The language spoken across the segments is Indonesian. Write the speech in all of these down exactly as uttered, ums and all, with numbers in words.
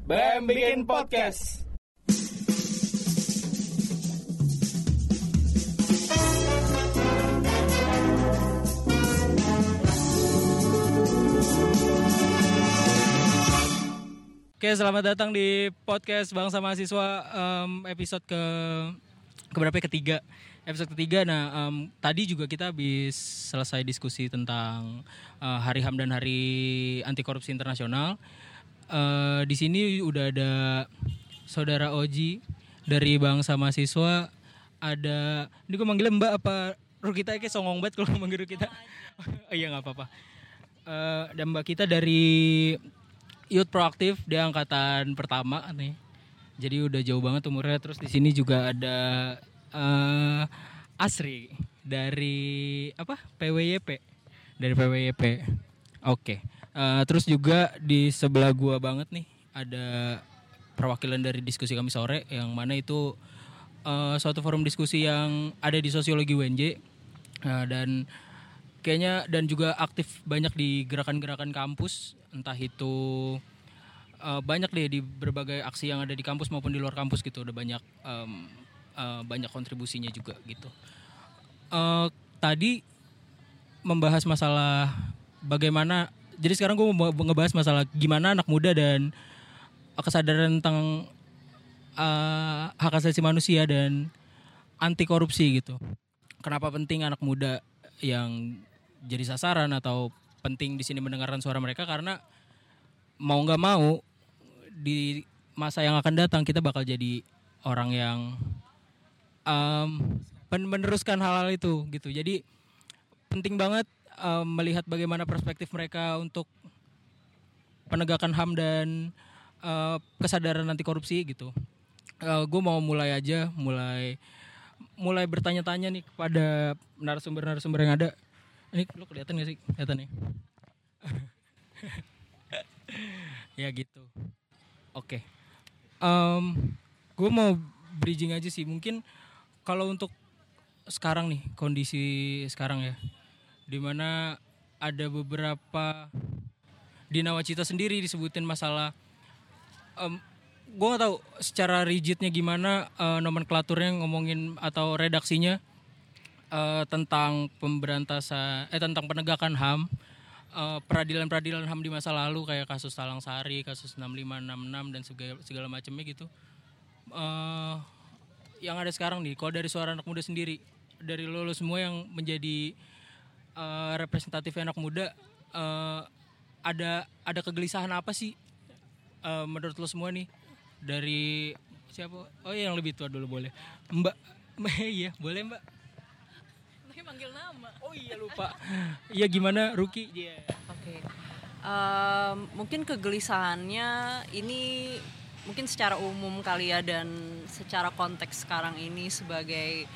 B M Bikin Podcast. Oke, selamat datang di podcast Bangsa Mahasiswa um, episode ke keberapa ketiga episode ketiga. Nah, um, tadi juga kita habis selesai diskusi tentang uh, Hari H A M dan Hari Anti Korupsi Internasional. Uh, di sini udah ada saudara Oji dari Bangsa Mahasiswa. Ada, ini gue manggilnya Mbak apa Rukita? Kayak songong banget kalau manggil Rukita. Oh, iya nggak apa-apa. Uh, dan Mbak kita dari Youth Proaktif, dia angkatan pertama nih. Jadi udah jauh banget umurnya. Terus di sini juga ada uh, Asri dari apa? P W Y P. Dari P W Y P. Oke. Okay. Uh, terus juga di sebelah gua banget nih ada perwakilan dari diskusi kami sore, yang mana itu uh, suatu forum diskusi yang ada di Sosiologi U N J. Uh, dan kayaknya dan juga aktif banyak di gerakan-gerakan kampus, entah itu uh, banyak deh di berbagai aksi yang ada di kampus maupun di luar kampus gitu. Udah banyak um, uh, banyak kontribusinya juga gitu. Uh, tadi membahas masalah bagaimana, jadi sekarang gue mau ngebahas masalah gimana anak muda dan kesadaran tentang uh, hak asasi manusia dan anti korupsi gitu. Kenapa penting anak muda yang jadi sasaran atau penting di sini mendengarkan suara mereka, karena mau nggak mau di masa yang akan datang kita bakal jadi orang yang um, meneruskan hal-hal itu gitu. Jadi penting banget um, melihat bagaimana perspektif mereka untuk penegakan H A M dan uh, kesadaran anti korupsi gitu. Uh, gue mau mulai aja, mulai mulai bertanya-tanya nih kepada narasumber-narasumber yang ada. Ini lu kelihatan gak sih? Kelihatan nih. Ya gitu. Oke. Okay. Um, gue mau bridging aja sih. Mungkin kalau untuk sekarang nih, kondisi sekarang ya, dimana ada beberapa di Nawacita sendiri disebutin masalah. Um, gue nggak tahu secara rigidnya gimana uh, nomenklaturnya ngomongin atau redaksinya. Uh, tentang pemberantasan eh tentang penegakan H A M, uh, peradilan-peradilan H A M di masa lalu kayak kasus Talang Sari, kasus enam lima enam enam dan segala, segala macamnya gitu. Uh, yang ada sekarang nih, kalau dari suara anak muda sendiri, dari lo, lo semua yang menjadi uh, representatif anak muda, uh, ada ada kegelisahan apa sih uh, menurut lo semua nih? Dari siapa? Oh iya, yang lebih tua dulu boleh. Mbak, iya boleh Mbak. Manggil nama. Oh iya lupa. Iya gimana Ruki? Iya. Yeah. Oke. Okay. Um, mungkin kegelisahannya ini mungkin secara umum kali ya, dan secara konteks sekarang ini sebagai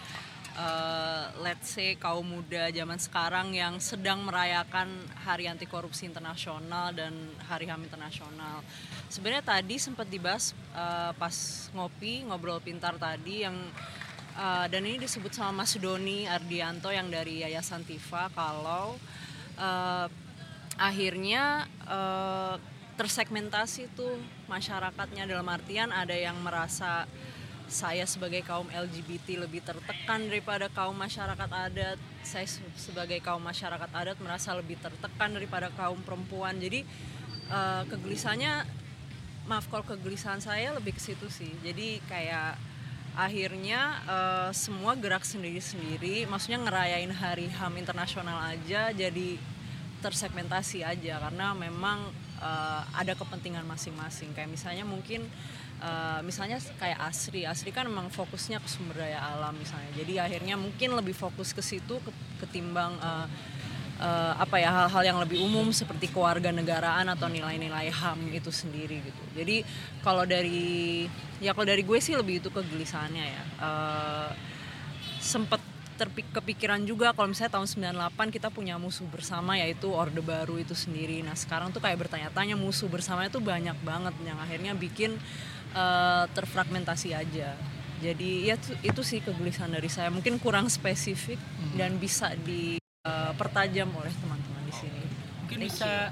uh, let's say kaum muda zaman sekarang yang sedang merayakan Hari Anti Korupsi Internasional dan Hari H A M Internasional. Sebenarnya tadi sempat dibahas uh, pas ngopi ngobrol pintar tadi yang Uh, dan ini disebut sama Mas Doni Ardianto yang dari Yayasan Tifa, kalau uh, akhirnya uh, tersegmentasi tuh masyarakatnya, dalam artian ada yang merasa saya sebagai kaum L G B T lebih tertekan daripada kaum masyarakat adat, saya sebagai kaum masyarakat adat merasa lebih tertekan daripada kaum perempuan. Jadi uh, kegelisahannya, maaf kalau kegelisahan saya lebih ke situ sih. Jadi kayak akhirnya uh, semua gerak sendiri-sendiri, maksudnya ngerayain Hari H A M Internasional aja jadi tersegmentasi aja, karena memang uh, ada kepentingan masing-masing. Kayak misalnya mungkin uh, misalnya kayak Asri, Asri kan memang fokusnya ke sumber daya alam misalnya, jadi akhirnya mungkin lebih fokus ke situ ketimbang uh, uh, apa ya hal-hal yang lebih umum seperti kewarganegaraan atau nilai-nilai H A M itu sendiri gitu. Jadi kalau dari ya kalau dari gue sih lebih itu kegelisahannya ya. Uh, sempet terpik kepikiran juga kalau misalnya tahun sembilan puluh delapan kita punya musuh bersama, yaitu Orde Baru itu sendiri. Nah sekarang tuh kayak bertanya-tanya musuh bersamanya tuh banyak banget yang akhirnya bikin uh, terfragmentasi aja. Jadi ya itu, itu sih kegelisahan dari saya. Mungkin kurang spesifik hmm. dan bisa dipertajam uh, oleh teman-teman di sini. Mungkin Thank bisa you.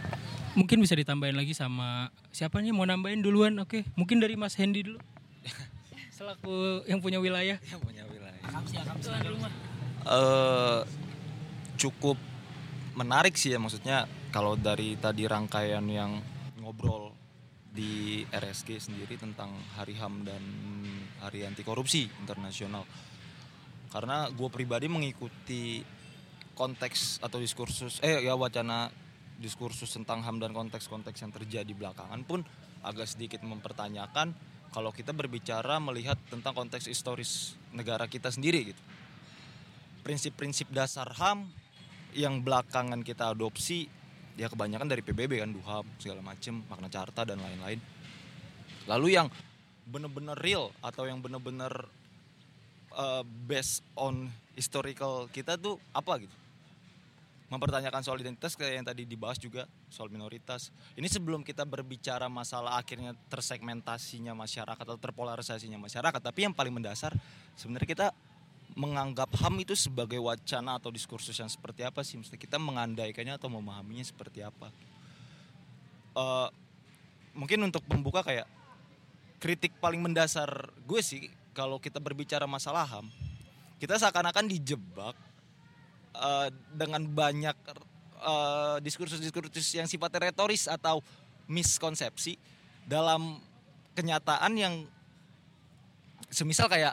mungkin bisa ditambahin lagi sama siapa nih mau nambahin duluan? Oke, mungkin dari Mas Hendy dulu. Selaku yang punya wilayah. Yang punya wilayah. Tuan rumah. Uh, cukup menarik sih ya, maksudnya kalau dari tadi rangkaian yang ngobrol di R S G sendiri tentang Hari H A M dan Hari Anti Korupsi Internasional. Karena gue pribadi mengikuti konteks atau diskursus eh ya wacana diskursus tentang H A M dan konteks-konteks yang terjadi belakangan pun agak sedikit mempertanyakan kalau kita berbicara melihat tentang konteks historis negara kita sendiri gitu. Prinsip-prinsip dasar H A M yang belakangan kita adopsi ya kebanyakan dari P B B kan, Duham segala macem, Magna Carta dan lain-lain. Lalu yang benar-benar real atau yang benar-benar uh, based on historical kita tuh apa gitu? Mempertanyakan soal identitas kayak yang tadi dibahas juga soal minoritas. Ini sebelum kita berbicara masalah akhirnya tersegmentasinya masyarakat atau terpolarisasinya masyarakat, tapi yang paling mendasar sebenarnya kita menganggap H A M itu sebagai wacana atau diskursus yang seperti apa sih? Mesti kita mengandaikannya atau memahaminya seperti apa? Uh, mungkin untuk pembuka kayak kritik paling mendasar gue sih kalau kita berbicara masalah H A M, kita seakan-akan dijebak uh, dengan banyak uh, diskursus-diskursus yang sifatnya retoris atau miskonsepsi dalam kenyataan yang semisal kayak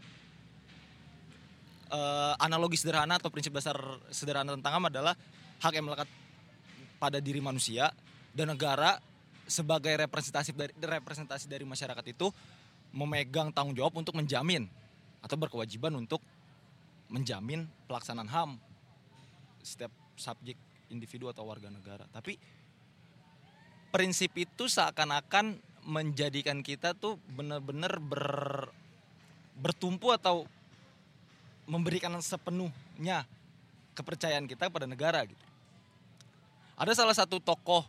Uh, analogi sederhana atau prinsip dasar sederhana tentang H A M adalah hak yang melekat pada diri manusia dan negara sebagai representasi dari representasi dari masyarakat itu memegang tanggung jawab untuk menjamin atau berkewajiban untuk menjamin pelaksanaan H A M setiap subjek individu atau warga negara. Tapi prinsip itu seakan-akan menjadikan kita tuh benar-benar ber, bertumpu atau memberikan sepenuhnya kepercayaan kita pada negara gitu. Ada salah satu tokoh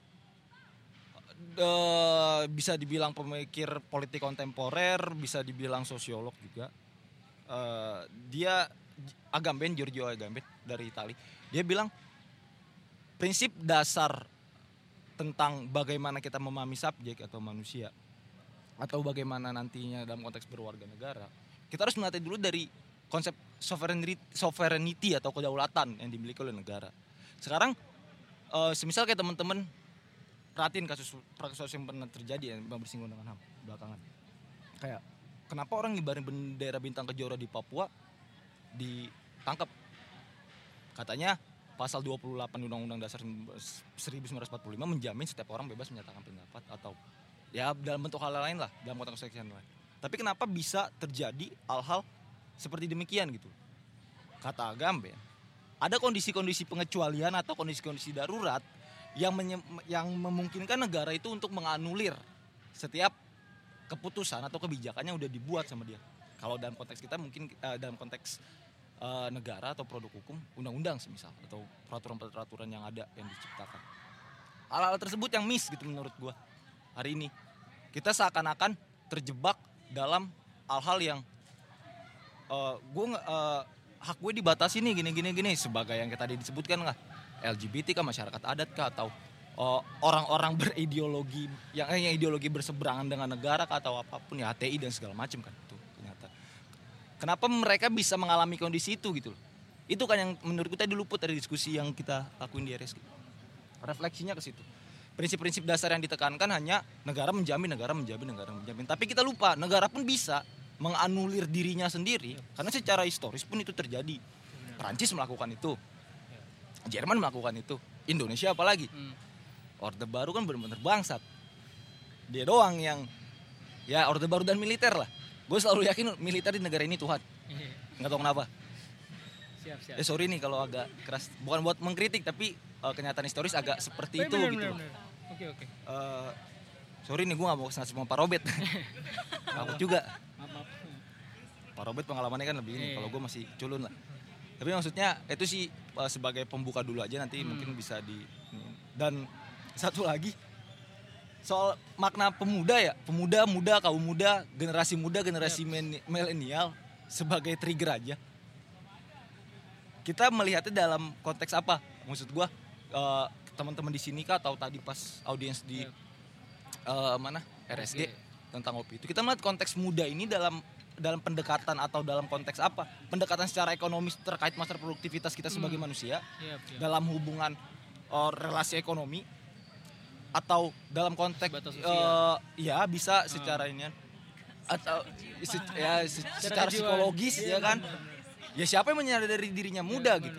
e, bisa dibilang pemikir politik kontemporer, bisa dibilang sosiolog juga. E, dia Agamben, Giorgio Agamben dari Italia. Dia bilang prinsip dasar tentang bagaimana kita memahami subjek atau manusia atau bagaimana nantinya dalam konteks berwarga negara, kita harus melatih dulu dari konsep sovereignty, sovereignty atau kedaulatan yang dimiliki oleh negara. Sekarang uh, semisal kayak teman-teman perhatiin kasus kasus yang pernah terjadi yang bersinggungan dengan H A M belakangan. Kayak kenapa orang ngibarin bendera bintang kejora di Papua ditangkap? Katanya pasal dua puluh delapan Undang-Undang Dasar seribu sembilan ratus empat puluh lima menjamin setiap orang bebas menyatakan pendapat atau ya dalam bentuk hal lain lah, dalam konteks yang lain. Tapi kenapa bisa terjadi hal-hal seperti demikian gitu? Kata Agamben, ada kondisi-kondisi pengecualian atau kondisi-kondisi darurat yang menye- yang memungkinkan negara itu untuk menganulir setiap keputusan atau kebijakan yang udah dibuat sama dia. Kalau dalam konteks kita mungkin uh, dalam konteks uh, negara atau produk hukum, undang-undang semisal atau peraturan-peraturan yang ada yang diciptakan. Hal-hal tersebut yang miss gitu menurut gua. Hari ini kita seakan-akan terjebak dalam hal-hal yang Uh, gue uh, hak gue dibatasi nih gini gini gini sebagai yang tadi disebutkan lah L G B T kah, masyarakat adat kah, atau uh, orang-orang berideologi yang eh, yang ideologi berseberangan dengan negara kah, atau apapun ya H T I dan segala macam kan itu ternyata. Kenapa mereka bisa mengalami kondisi itu gitu loh? Itu kan yang menurut kita diluput dari diskusi yang kita lakuin di R S G. Refleksinya ke situ. Prinsip-prinsip dasar yang ditekankan hanya negara menjamin, negara menjamin, negara menjamin. Tapi kita lupa negara pun bisa menganulir dirinya sendiri karena secara historis pun itu terjadi. Perancis melakukan itu, Jerman melakukan itu, Indonesia apalagi. Orde Baru kan benar-benar bangsat. Dia doang yang ya Orde Baru dan militer lah. Gue selalu yakin militer di negara ini Tuhan. Nggak tahu kenapa. Siap, siap. Eh sorry nih kalau agak keras, bukan buat mengkritik tapi uh, kenyataan historis agak seperti itu bener, gitu. Bener, bener. Oke oke. Uh, sorry nih gue nggak mau kesana sama Pak Robert. Takut juga. Pak Robert pengalamannya kan lebih ini, yeah. Kalau gue masih culun lah. Tapi maksudnya itu sih uh, sebagai pembuka dulu aja, nanti hmm. mungkin bisa di. Dan satu lagi soal makna pemuda ya, pemuda, muda, kaum muda, generasi muda, generasi yep. milenial sebagai trigger aja. Kita melihatnya dalam konteks apa? Maksud gue, uh, teman-teman di sini kah atau tadi pas audiens di uh, mana R S D tentang kopi itu kita melihat konteks muda ini dalam dalam pendekatan atau dalam konteks apa? Pendekatan secara ekonomis terkait masalah produktivitas kita sebagai hmm. manusia yep, yep. dalam hubungan uh, relasi ekonomi atau dalam konteks uh, ya bisa secara ini atau se, ya se, secara psikologis ya kan? Ya siapa yang menyadari dirinya muda gitu?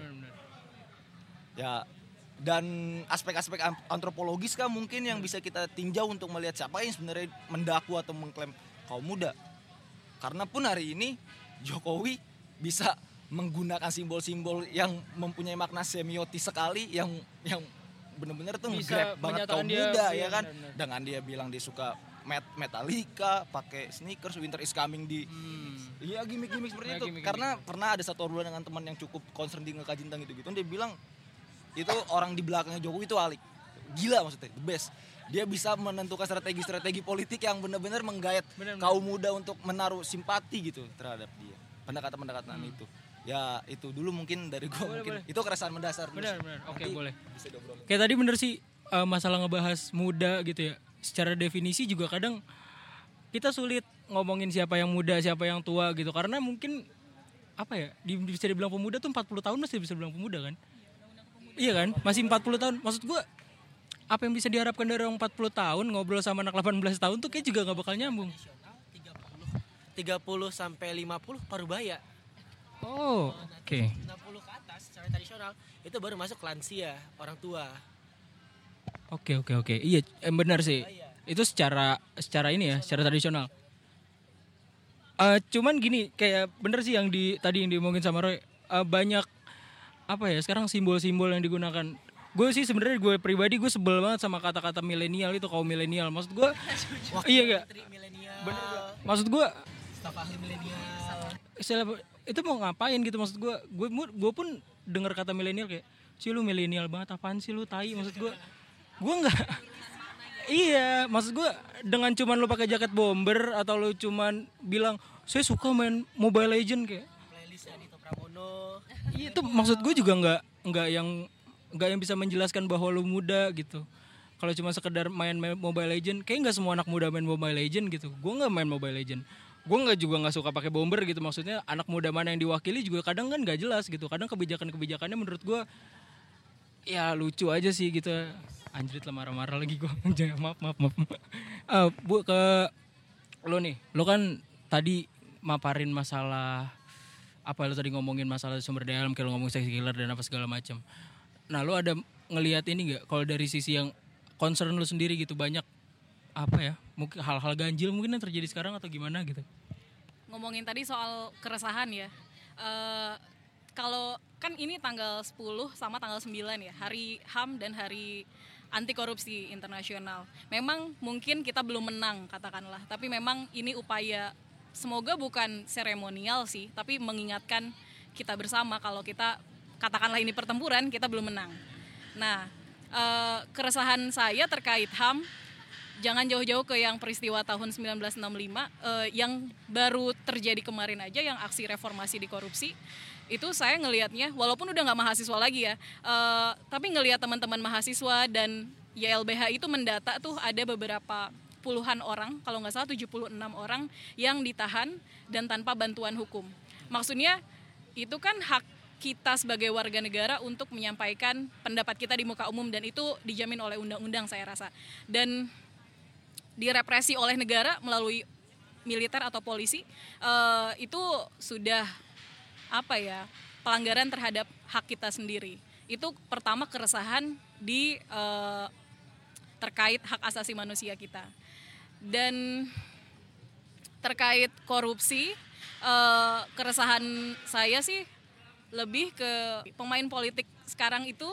Ya dan aspek-aspek antropologis kan mungkin yang bisa kita tinjau untuk melihat siapa yang sebenarnya mendaku atau mengklaim kaum muda. Karena pun hari ini Jokowi bisa menggunakan simbol-simbol yang mempunyai makna semiotis sekali yang yang benar-benar tuh nge-grab banget kaum muda ya kan. Bener-bener. Dengan dia bilang dia suka met Metallica, pakai sneakers, winter is coming di hmm. ya gimmick-gimmick seperti ya, itu. Gimmick, Karena gimmick. Pernah ada satu obrolan dengan teman yang cukup concern di ngekaji tentang gitu-gitu. Dia bilang itu orang di belakangnya Jokowi itu alik. Gila maksudnya, the best. Dia bisa menentukan strategi-strategi politik yang benar-benar menggayat bener, kaum muda untuk menaruh simpati gitu terhadap dia. Pendekatan-pendekatan hmm. itu. Ya itu dulu mungkin dari gua boleh, mungkin boleh. Itu keresahan mendasar. Benar, benar. Oke, boleh. Kayak tadi bener sih uh, masalah ngebahas muda gitu ya. Secara definisi juga kadang kita sulit ngomongin siapa yang muda, siapa yang tua gitu. Karena mungkin apa ya, bisa dibilang pemuda tuh empat puluh tahun masih bisa dibilang pemuda kan. Iya kan? Masih empat puluh tahun. Maksud gua apa yang bisa diharapkan dari orang empat puluh tahun ngobrol sama anak delapan belas tahun tuh kayak juga gak bakal nyambung. tiga puluh sampai lima puluh parubaya. Oh, oke. Okay. enam puluh ke atas secara tradisional itu baru masuk lansia, orang tua. Oke, okay, oke, okay, oke. Okay. Iya, eh, benar sih. Itu secara secara ini ya, secara tradisional. Uh, cuman gini, kayak bener sih yang di tadi yang diomongin sama Roy, uh, banyak apa ya, sekarang simbol-simbol yang digunakan. Gue sih sebenarnya gue pribadi gue sebel banget sama kata-kata milenial itu, kaum milenial. Maksud gue iya gak? Bener gak? Maksud gue staf ahli milenial. Itu mau ngapain gitu maksud gue? Gue gue pun dengar kata milenial kayak, "Si lu milenial banget, apaan sih lu tai?" Maksud gue. Gue enggak. Iya, maksud gue dengan cuman lu pakai jaket bomber atau lu cuman bilang, "Saya suka main Mobile Legend" kayak playlist Adito Pramono. Iya, itu maksud gue juga enggak enggak yang nggak yang bisa menjelaskan bahwa lu muda gitu. Kalau cuma sekedar main Mobile Legend, kayak nggak semua anak muda main Mobile Legend gitu. Gue nggak main Mobile Legend. Gue nggak juga nggak suka pakai bomber gitu. Maksudnya anak muda mana yang diwakili juga kadang kan nggak jelas gitu. Kadang kebijakan-kebijakannya menurut gue ya lucu aja sih gitu. Anjrit lah, marah-marah lagi gue. maaf maaf maaf. Uh, bu ke lo nih, lo kan tadi maparin masalah apa lo tadi ngomongin masalah sumber daya alam, kayak lo ngomong sex killer dan apa segala macam. Nah, lo ada ngelihat ini nggak? Kalau dari sisi yang concern lo sendiri gitu, banyak apa ya? Mungkin hal-hal ganjil mungkin yang terjadi sekarang atau gimana gitu? Ngomongin tadi soal keresahan ya. Uh, kalau kan ini tanggal sepuluh sama tanggal sembilan ya, Hari H A M dan Hari Anti Korupsi Internasional. Memang mungkin kita belum menang katakanlah, tapi memang ini upaya, semoga bukan seremonial sih, tapi mengingatkan kita bersama kalau kita katakanlah ini pertempuran, kita belum menang. Nah, e, keresahan saya terkait H A M, jangan jauh-jauh ke yang peristiwa tahun sembilan belas enam puluh lima, e, yang baru terjadi kemarin aja, yang aksi reformasi di korupsi. Itu saya ngelihatnya, walaupun udah gak mahasiswa lagi ya, e, tapi ngelihat teman-teman mahasiswa dan Y L B H itu mendata tuh ada beberapa puluhan orang, kalau gak salah tujuh puluh enam orang yang ditahan dan tanpa bantuan hukum. Maksudnya itu kan hak kita sebagai warga negara untuk menyampaikan pendapat kita di muka umum, dan itu dijamin oleh undang-undang saya rasa. Dan direpresi oleh negara melalui militer atau polisi, uh, itu sudah apa ya, pelanggaran terhadap hak kita sendiri. Itu pertama keresahan di uh, terkait hak asasi manusia kita. Dan terkait korupsi, uh, keresahan saya sih lebih ke pemain politik sekarang itu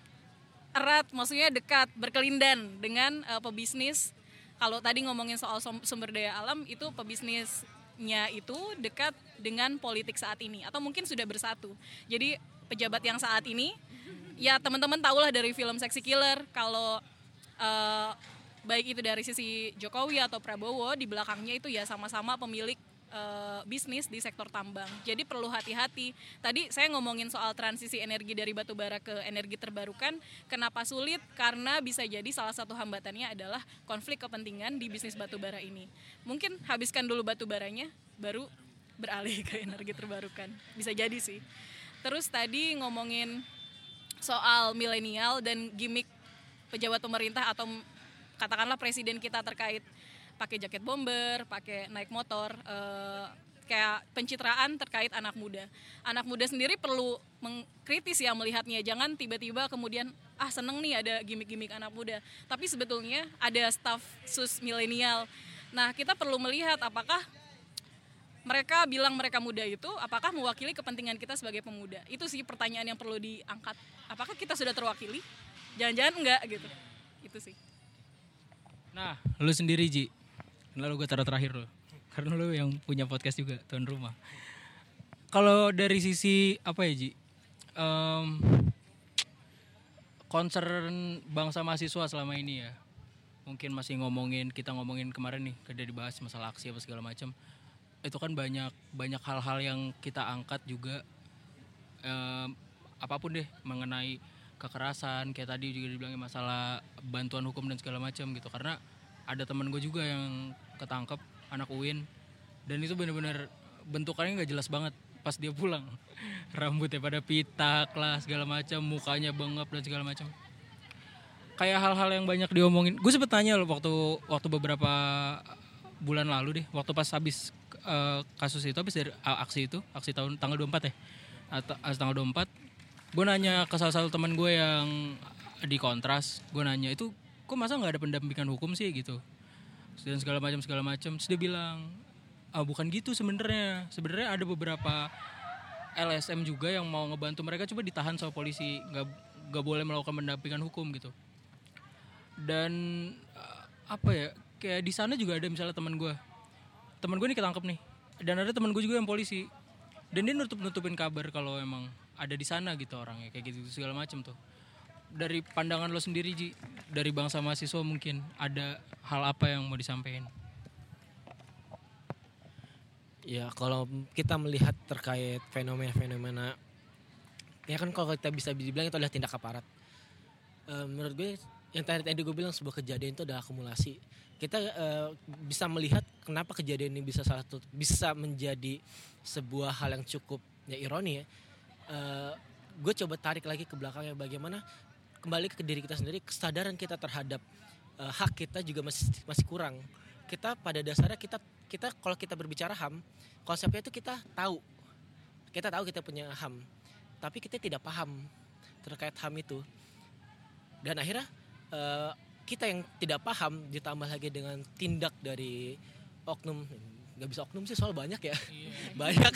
erat, maksudnya dekat, berkelindan dengan uh, pebisnis. Kalau tadi ngomongin soal sumber daya alam, itu pebisnisnya itu dekat dengan politik saat ini, atau mungkin sudah bersatu. Jadi pejabat yang saat ini, ya teman-teman tahulah dari film Sexy Killer, kalau uh, baik itu dari sisi Jokowi atau Prabowo, di belakangnya itu ya sama-sama pemilik uh, bisnis di sektor tambang. Jadi perlu hati-hati. Tadi saya ngomongin soal transisi energi dari batu bara ke energi terbarukan. Kenapa sulit? Karena bisa jadi salah satu hambatannya adalah konflik kepentingan di bisnis batu bara ini. Mungkin habiskan dulu batu baranya, baru beralih ke energi terbarukan. Bisa jadi sih. Terus tadi ngomongin soal milenial dan gimmick pejabat pemerintah atau katakanlah presiden kita terkait pakai jaket bomber, pakai naik motor, eh, kayak pencitraan terkait anak muda. Anak muda sendiri perlu mengkritis ya melihatnya, jangan tiba-tiba kemudian ah seneng nih ada gimmick-gimmick anak muda. Tapi sebetulnya ada staf sus milenial. Nah kita perlu melihat apakah mereka bilang mereka muda itu, apakah mewakili kepentingan kita sebagai pemuda. Itu sih pertanyaan yang perlu diangkat. Apakah kita sudah terwakili? Jangan-jangan enggak gitu. Itu sih. Nah, lu sendiri Ji. Lalu gue taruh terakhir lo, karena lo yang punya podcast juga, tuan rumah. Kalau dari sisi apa ya Ji, um, concern bangsa mahasiswa selama ini ya, mungkin masih ngomongin, kita ngomongin kemarin nih, kada dibahas masalah aksi apa segala macam. Itu kan banyak banyak hal-hal yang kita angkat juga, um, apapun deh mengenai kekerasan, kayak tadi juga dibilangin masalah bantuan hukum dan segala macam gitu, karena ada teman gue juga yang ketangkep anak U I N dan itu benar-benar bentukannya nggak jelas banget pas dia pulang, rambutnya pada pitak lah segala macam, mukanya bengap dan segala macam. Kayak hal-hal yang banyak diomongin. Gue sempet tanya loh waktu waktu beberapa bulan lalu deh, waktu pas habis uh, kasus itu, habis dari uh, aksi itu, aksi tahun tanggal dua puluh empat ya, atau tanggal dua puluh empat, gue nanya ke salah satu teman gue yang di Kontras, gue nanya itu kok masa nggak ada pendampingan hukum sih gitu dan segala macam segala macam. Terus dia bilang ah bukan gitu sebenarnya sebenarnya ada beberapa L S M juga yang mau ngebantu mereka, coba ditahan sama polisi, nggak nggak boleh melakukan pendampingan hukum gitu. Dan apa ya, kayak di sana juga ada misalnya teman gue teman gue nih ketangkep nih, dan ada teman gue juga yang polisi dan dia nutup nutupin kabar kalau emang ada di sana gitu orangnya kayak gitu segala macam tuh. Dari pandangan lo sendiri Ji, dari bangsa mahasiswa mungkin ada hal apa yang mau disampaikan? Ya kalau kita melihat terkait fenomena-fenomena, ya kan kalau kita bisa dibilang itu adalah tindak aparat. E, menurut gue yang tadi tadi gue bilang sebuah kejadian itu adalah akumulasi. Kita e, bisa melihat kenapa kejadian ini bisa satu bisa menjadi sebuah hal yang cukup ya ironi ya. E, gue coba tarik lagi ke belakangnya, bagaimana kembali ke diri kita sendiri, kesadaran kita terhadap uh, hak kita juga masih masih kurang. Kita pada dasarnya kita kita kalau kita berbicara H A M, konsepnya itu kita tahu, kita tahu kita punya H A M, tapi kita tidak paham terkait H A M itu. Dan akhirnya uh, kita yang tidak paham ditambah lagi dengan tindak dari oknum, nggak bisa oknum sih soal banyak ya, banyak.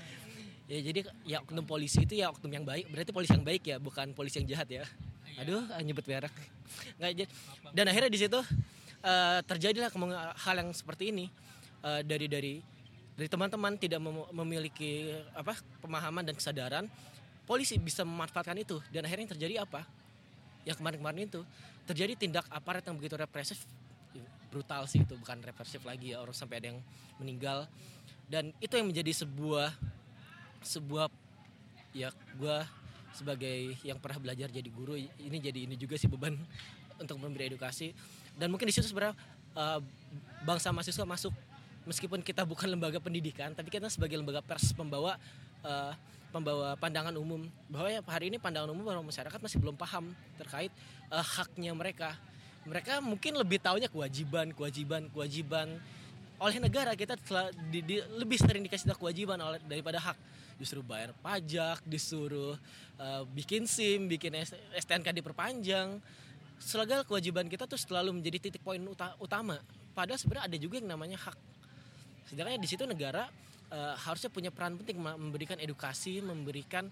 Ya jadi ya oknum polisi itu ya oknum yang baik, berarti polisi yang baik ya, bukan polisi yang jahat ya. Aduh, nyebut merek. Nggak, dan akhirnya di situ uh, terjadilah hal yang seperti ini uh, dari dari dari teman-teman tidak mem- memiliki apa pemahaman dan kesadaran, polisi bisa memanfaatkan itu dan akhirnya yang terjadi apa? Yang kemarin-kemarin itu terjadi tindak aparat yang begitu represif, brutal sih itu, bukan represif lagi ya, orang sampai ada yang meninggal, dan itu yang menjadi sebuah sebuah ya gue sebagai yang pernah belajar jadi guru, ini jadi ini juga sih beban untuk memberi edukasi. Dan mungkin di situ sebenarnya uh, bangsa mahasiswa masuk, meskipun kita bukan lembaga pendidikan, tapi kita sebagai lembaga pers pembawa uh, pembawa pandangan umum, bahwa ya hari ini pandangan umum bahwa masyarakat masih belum paham terkait uh, haknya mereka. Mereka mungkin lebih taunya kewajiban, kewajiban, kewajiban oleh negara. Kita telah di, di, lebih sering dikasih tahu kewajiban oleh daripada hak. Disuruh bayar pajak, disuruh uh, bikin SIM, bikin S T N K diperpanjang. Segala kewajiban kita tuh selalu menjadi titik poin uta- utama. Padahal sebenarnya ada juga yang namanya hak. Sedangkan di situ negara uh, harusnya punya peran penting memberikan edukasi, memberikan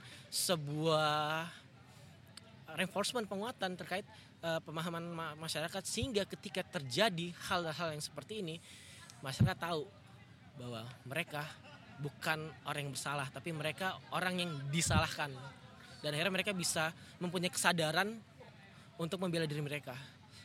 sebuah reinforcement, penguatan terkait uh, pemahaman ma- masyarakat, sehingga ketika terjadi hal-hal yang seperti ini, masyarakat tahu bahwa mereka bukan orang yang bersalah, tapi mereka orang yang disalahkan. Dan akhirnya mereka bisa mempunyai kesadaran untuk membela diri mereka.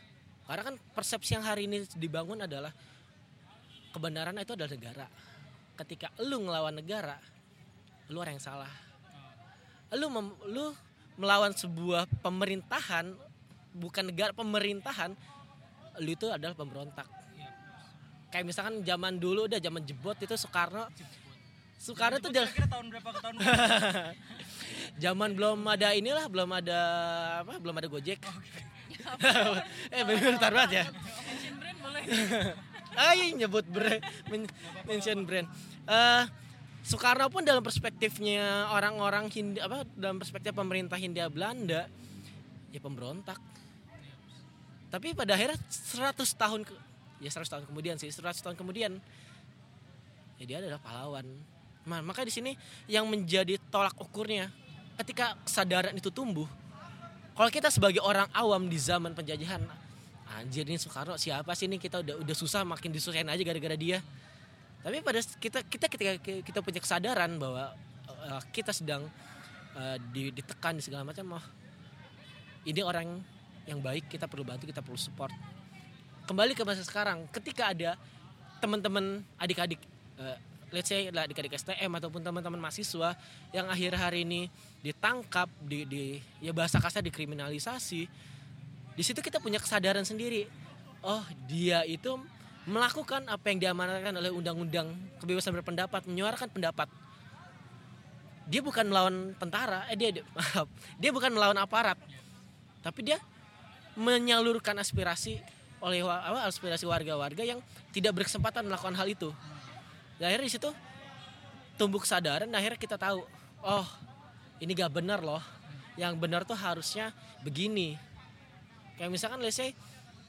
Karena kan persepsi yang hari ini dibangun adalah kebenaran itu adalah negara. ketika lu ngelawan negara, lu orang yang salah. Lu mem, lu melawan sebuah pemerintahan, bukan negara, pemerintahan, lu itu adalah pemberontak. Kayak misalkan zaman dulu udah zaman jebot itu Soekarno. Soekarno tuh kira tahun berapa ke tahun berapa? Zaman belum ada inilah, belum ada apa, belum ada Gojek. eh bentar banget ya. Mention brand boleh. Ay, nyebut brand, men- mention brand. Uh, Soekarno pun dalam perspektifnya orang-orang Hindia, apa dalam perspektif pemerintah Hindia Belanda ya pemberontak. Tapi pada akhirnya seratus tahun ke, ya seratus tahun kemudian sih, seratus tahun kemudian ya dia adalah pahlawan. Nah, maka di sini yang menjadi tolak ukurnya ketika kesadaran itu tumbuh. Kalau kita sebagai orang awam di zaman penjajahan, anjir ini Soekarno siapa sih ini, kita udah udah susah makin disusahin aja gara-gara dia. Tapi pada kita kita ketika kita punya kesadaran bahwa uh, kita sedang uh, ditekan di segala macam, oh ini orang yang baik, kita perlu bantu, kita perlu support. Kembali ke masa sekarang, ketika ada teman-teman adik-adik, uh, let's say adik-adik S T M ataupun teman-teman mahasiswa yang akhir hari ini ditangkap, di, di ya bahasa kasar dikriminalisasi, di situ kita punya kesadaran sendiri. Oh dia itu melakukan apa yang diamanatkan oleh undang-undang kebebasan berpendapat, menyuarakan pendapat. Dia bukan melawan tentara, eh dia, dia maaf, dia bukan melawan aparat, tapi dia menyalurkan aspirasi oleh apa, aspirasi warga-warga yang tidak berkesempatan melakukan hal itu. Dan akhirnya di situ tumbuh kesadaran, dan akhirnya kita tahu, oh ini gak benar loh. Yang benar tuh harusnya begini. Kayak misalkan let's say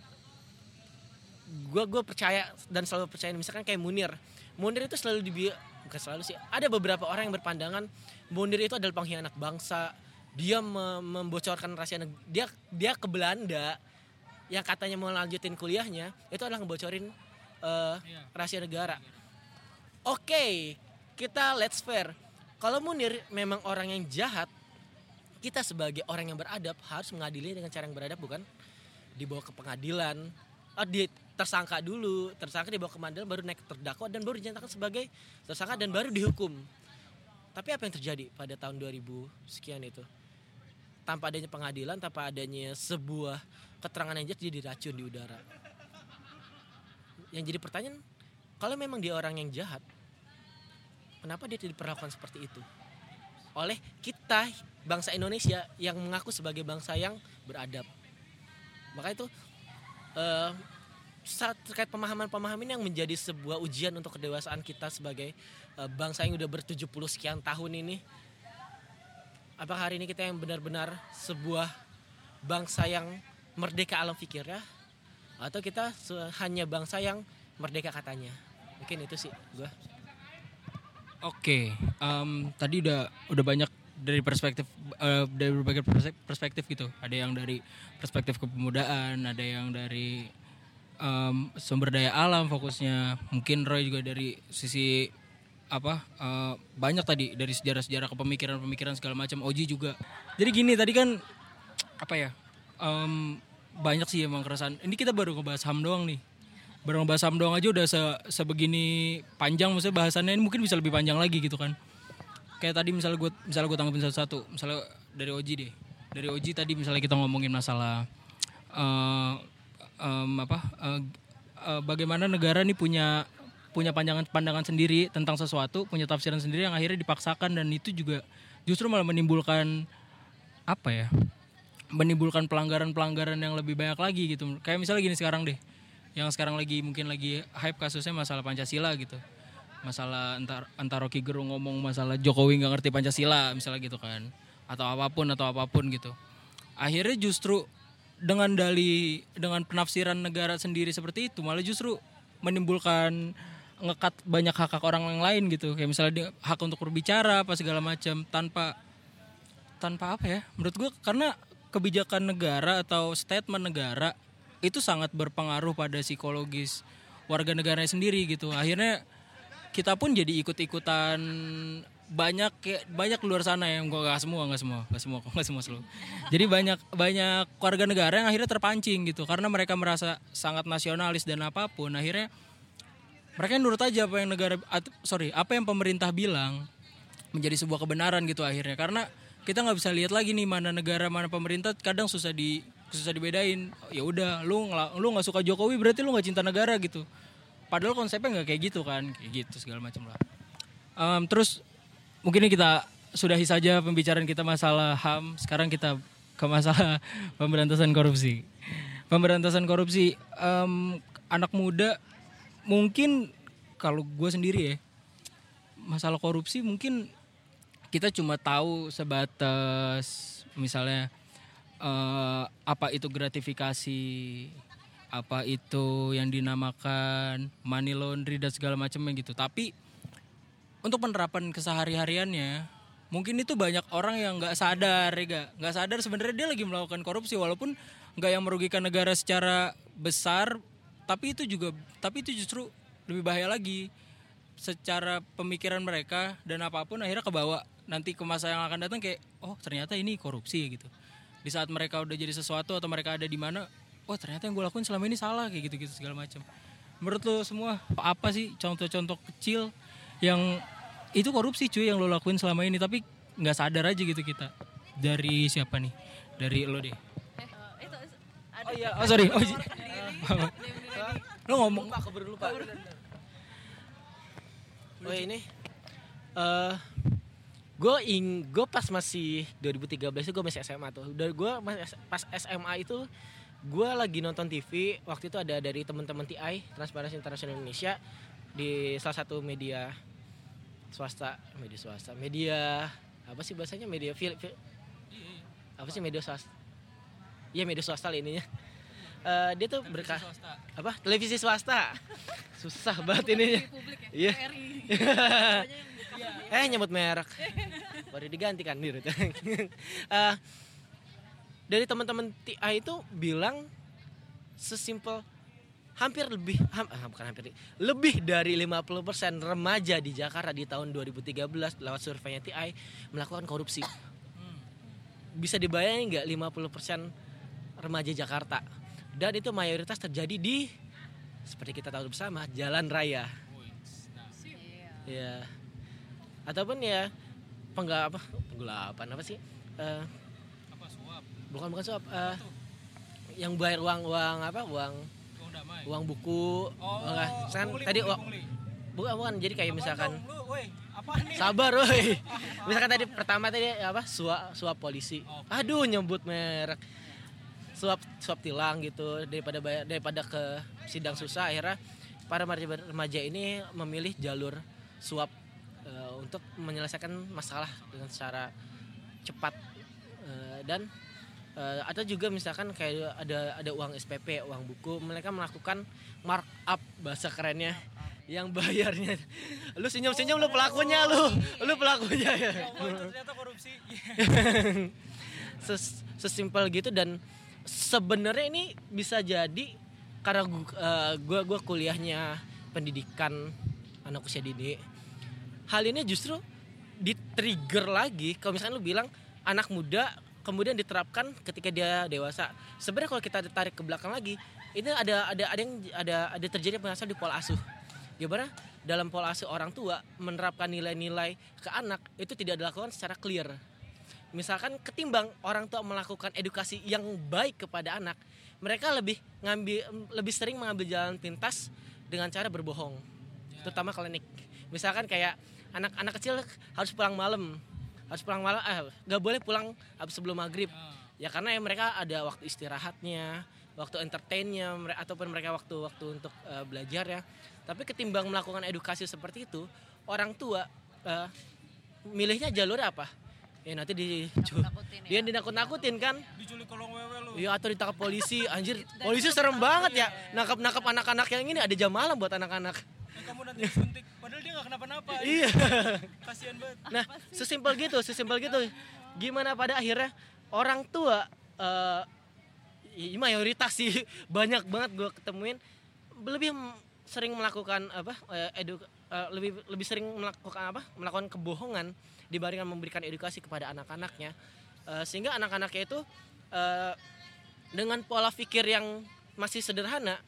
gue gue percaya dan selalu percaya misalkan kayak Munir. Munir itu selalu dibi bukan selalu sih. Ada beberapa orang yang berpandangan Munir itu adalah pengkhianat bangsa. Dia mem- membocorkan rahasia neg- dia dia ke Belanda yang katanya mau lanjutin kuliahnya, itu adalah ngebocorin uh, rahasia negara. Oke, okay, kita let's fair. Kalau Munir memang orang yang jahat, kita sebagai orang yang beradab harus mengadili dengan cara yang beradab, bukan dibawa ke pengadilan. Oh, di tersangka dulu, tersangka dibawa ke pengadilan, baru naik terdakwa dan baru dinyatakan sebagai tersangka dan baru dihukum. Tapi apa yang terjadi pada tahun dua ribu sekian itu? Tanpa adanya pengadilan, tanpa adanya sebuah keterangan yang jelas, dia diracun di udara. Yang jadi pertanyaan, kalau memang dia orang yang jahat, kenapa dia tidak diperlakukan seperti itu oleh kita bangsa Indonesia yang mengaku sebagai bangsa yang beradab? Maka itu uh, terkait pemahaman-pemahaman yang menjadi sebuah ujian untuk kedewasaan kita sebagai uh, bangsa yang udah bertujuh puluh sekian tahun ini. Apakah hari ini kita yang benar-benar sebuah bangsa yang merdeka alam pikirnya, atau kita hanya bangsa yang merdeka katanya? Mungkin itu sih gue. Oke, um, tadi udah udah banyak dari perspektif uh, dari berbagai perspektif gitu. Ada yang dari perspektif kepemudaan, ada yang dari um, sumber daya alam fokusnya. Mungkin Roy juga dari sisi apa uh, banyak tadi dari sejarah-sejarah kepemikiran-pemikiran segala macam. Oji juga. Jadi gini tadi kan apa ya? Um, banyak sih emang keresahan. Ini kita baru ngebahas H A M doang nih. Baru ngebahas H A M doang aja udah se- sebegini panjang, maksudnya bahasannya ini mungkin bisa lebih panjang lagi gitu kan. Kayak tadi misalnya gue misalnya gue tanggapin satu-satu. Misalnya dari Oji deh. Dari Oji tadi misalnya kita ngomongin masalah uh, um, apa uh, uh, bagaimana negara nih punya punya pandangan pandangan sendiri tentang sesuatu, punya tafsiran sendiri yang akhirnya dipaksakan, dan itu juga justru malah menimbulkan apa ya? Menimbulkan pelanggaran-pelanggaran yang lebih banyak lagi gitu. Kayak misalnya gini sekarang deh. Yang sekarang lagi mungkin lagi hype kasusnya masalah Pancasila gitu. Masalah entar entar Rocky Gerung ngomong masalah Jokowi nggak ngerti Pancasila misalnya gitu kan, atau apapun atau apapun gitu. Akhirnya justru dengan dalih dengan penafsiran negara sendiri seperti itu malah justru menimbulkan ngekat banyak hak-hak orang yang lain gitu. Kayak misalnya dia, hak untuk berbicara apa segala macam tanpa tanpa apa ya? Menurut gue karena kebijakan negara atau statement negara itu sangat berpengaruh pada psikologis warga negaranya sendiri gitu. Akhirnya kita pun jadi ikut-ikutan banyak kayak banyak luar sana yang gua nggak semua nggak semua nggak semua nggak semua seluruh. Jadi banyak banyak warga negara yang akhirnya terpancing gitu karena mereka merasa sangat nasionalis dan apapun. Akhirnya mereka nurut aja apa yang negara at- sorry apa yang pemerintah bilang menjadi sebuah kebenaran gitu akhirnya, karena kita nggak bisa lihat lagi nih mana negara mana pemerintah, kadang susah di susah dibedain. Ya udah, lu ngela- lu nggak suka Jokowi berarti lu nggak cinta negara gitu, padahal konsepnya nggak kayak gitu kan, kayak gitu segala macam lah. Um, terus mungkin ini kita sudahi saja pembicaraan kita masalah H A M. Sekarang kita ke masalah pemberantasan korupsi. Pemberantasan korupsi, um, anak muda mungkin kalau gue sendiri ya, masalah korupsi mungkin kita cuma tahu sebatas misalnya uh, apa itu gratifikasi, apa itu yang dinamakan money laundry dan segala macamnya gitu. Tapi untuk penerapan kesehari-hariannya mungkin itu banyak orang yang nggak sadar ya gak? nggak sadar sebenarnya dia lagi melakukan korupsi, walaupun nggak yang merugikan negara secara besar, tapi itu juga tapi itu justru lebih bahaya lagi secara pemikiran mereka, dan apapun akhirnya kebawa nanti ke masa yang akan datang kayak oh ternyata ini korupsi gitu. Di saat mereka udah jadi sesuatu atau mereka ada di mana, oh ternyata yang gue lakuin selama ini salah kayak gitu-gitu segala macam. Menurut lo semua apa sih contoh-contoh kecil yang itu korupsi cuy yang lo lakuin selama ini tapi nggak sadar aja gitu kita? Dari siapa nih? Dari lo deh. Oh iya, oh sorry. Oh, lo ngomong Lupa, keburu lupa. Oh ini, uh, gue ing, gue pas masih dua ribu tiga belas itu gue masih S M A tuh. Dari gue pas S M A itu gue lagi nonton T V. Waktu itu ada dari teman-teman T I, Transparansi Internasional Indonesia, di salah satu media swasta, media swasta, media apa sih bahasanya, media fil, fil apa sih media swasta? Iya media swasta lah ininya. Uh, dia tuh berkah apa televisi swasta susah banget ininya. Iya. eh nyebut merek baru diganti kan dirut. uh, dari teman-teman T I itu bilang sesimpel hampir lebih ham, ah, bukan hampir lebih dari lima puluh persen remaja di Jakarta di tahun dua ribu tiga belas lewat surveinya T I melakukan korupsi. Bisa dibayangin nggak lima puluh persen remaja Jakarta? Dan itu mayoritas terjadi di seperti kita tahu bersama jalan raya. Ya. Ataupun ya penggak apa? Penggelapan apa sih? Uh, apa suap? Bukan bukan suap. Uh, yang bayar uang uang apa? Uang Uang damai. Uang buku. Oh, enggak. Kan pungli, tadi pungli, uang pungli. bukan bukan jadi kayak Apaan misalkan dong, lu, woy? Apaan nih? sabar woi. Misalkan tadi pertama tadi apa? Suap suap polisi. Okay. Aduh nyebut merek. Suap suap tilang gitu, daripada bayar, daripada ke sidang susah, akhirnya para remaja ini memilih jalur suap uh, untuk menyelesaikan masalah dengan secara cepat. Uh, dan uh, atau juga misalkan kayak ada ada uang S P P, uang buku, mereka melakukan markup bahasa kerennya, yang bayarnya lu senyum-senyum, lu pelakunya, lu lu pelakunya ya. Ternyata korupsi. Ses, sesimpel gitu. Dan sebenarnya ini bisa jadi karena gue uh, gua, gua kuliahnya pendidikan anak usia dini. Hal ini justru di-trigger lagi kalau misalkan lu bilang anak muda kemudian diterapkan ketika dia dewasa. Sebenarnya kalau kita tarik ke belakang lagi, ini ada ada ada yang ada ada terjadi masalah di pola asuh. Gimana dalam pola asuh orang tua menerapkan nilai-nilai ke anak itu tidak dilakukan secara clear. Misalkan ketimbang orang tua melakukan edukasi yang baik kepada anak, mereka lebih ngambil lebih sering mengambil jalan pintas dengan cara berbohong, yeah. Terutama klinik. Misalkan kayak anak-anak kecil harus pulang malam, harus pulang malam, eh nggak boleh pulang habis sebelum maghrib, yeah. Ya karena ya mereka ada waktu istirahatnya, waktu entertainnya, ataupun mereka waktu-waktu untuk uh, belajar ya. Tapi ketimbang melakukan edukasi seperti itu, orang tua uh, milihnya jalur apa? Ya nanti di dia dinakut-nakutin kan, diculik kolong wewe lu. Iya atau ditangkap polisi. Anjir, polisi serem banget ya. Nangkap-nangkap anak-anak yang ini, ada jam malam buat anak-anak. Yang kamu nanti disuntik padahal dia enggak kenapa-napa. Iya. Kasihan banget. Nah, sesimpel gitu, sesimpel gitu. Gimana pada akhirnya orang tua uh, mayoritas sih banyak banget gue ketemuin lebih sering melakukan apa? Uh, edu uh, lebih lebih sering melakukan apa? Melakukan kebohongan dibandingkan memberikan edukasi kepada anak-anaknya, uh, sehingga anak-anaknya itu uh, dengan pola pikir yang masih sederhana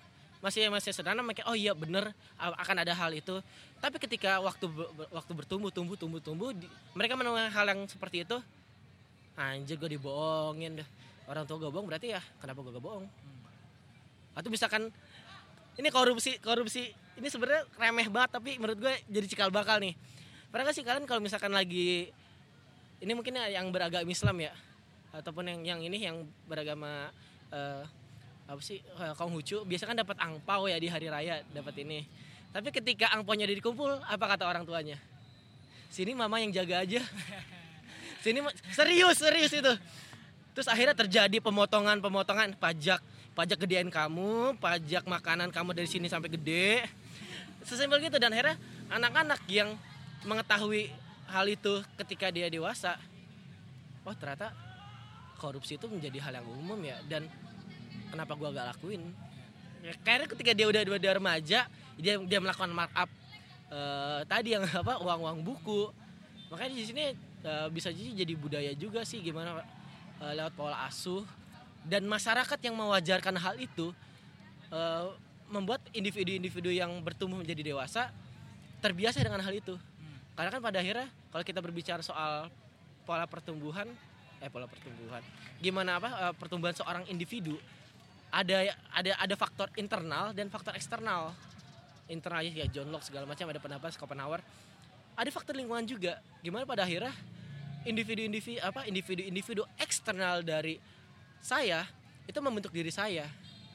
masih masih sederhana, makanya oh iya bener akan ada hal itu. Tapi ketika waktu waktu bertumbuh tumbuh tumbuh tumbuh di, mereka menemukan hal yang seperti itu, anjir gue dibohongin deh. Orang tua gue bohong berarti ya kenapa gue gak bohong? Atau misalkan ini korupsi korupsi ini sebenarnya remeh banget tapi menurut gue jadi cikal bakal nih. Pernah gak sih kalian kalau misalkan lagi ini mungkin yang beragama Islam ya, ataupun yang yang ini yang beragama uh, apa sih uh, Konghucu, biasa kan dapat angpau ya di hari raya, dapat ini. Tapi ketika angpaunya udah dikumpul, apa kata orang tuanya? Sini mama yang jaga aja. Sini serius serius itu. Terus akhirnya terjadi pemotongan-pemotongan pajak, pajak gedean kamu, pajak makanan kamu dari sini sampai gede. Sesimpel gitu, dan akhirnya anak-anak yang mengetahui hal itu ketika dia dewasa, oh ternyata korupsi itu menjadi hal yang umum ya, dan kenapa gua gak lakuin? Ya, karena ketika dia udah udah remaja, dia dia melakukan markup uh, tadi yang apa uang-uang buku, makanya di sini uh, bisa jadi jadi budaya juga sih gimana uh, lewat pola asuh, dan masyarakat yang mewajarkan hal itu uh, membuat individu-individu yang bertumbuh menjadi dewasa terbiasa dengan hal itu. Karena kan pada akhirnya kalau kita berbicara soal pola pertumbuhan, eh pola pertumbuhan, gimana apa uh, pertumbuhan seorang individu, ada ada ada faktor internal dan faktor eksternal. Internalnya ya John Locke segala macam, ada pendapat Schopenhauer. Ada faktor lingkungan juga. Gimana pada akhirnya individu-individu apa individu-individu eksternal dari saya itu membentuk diri saya.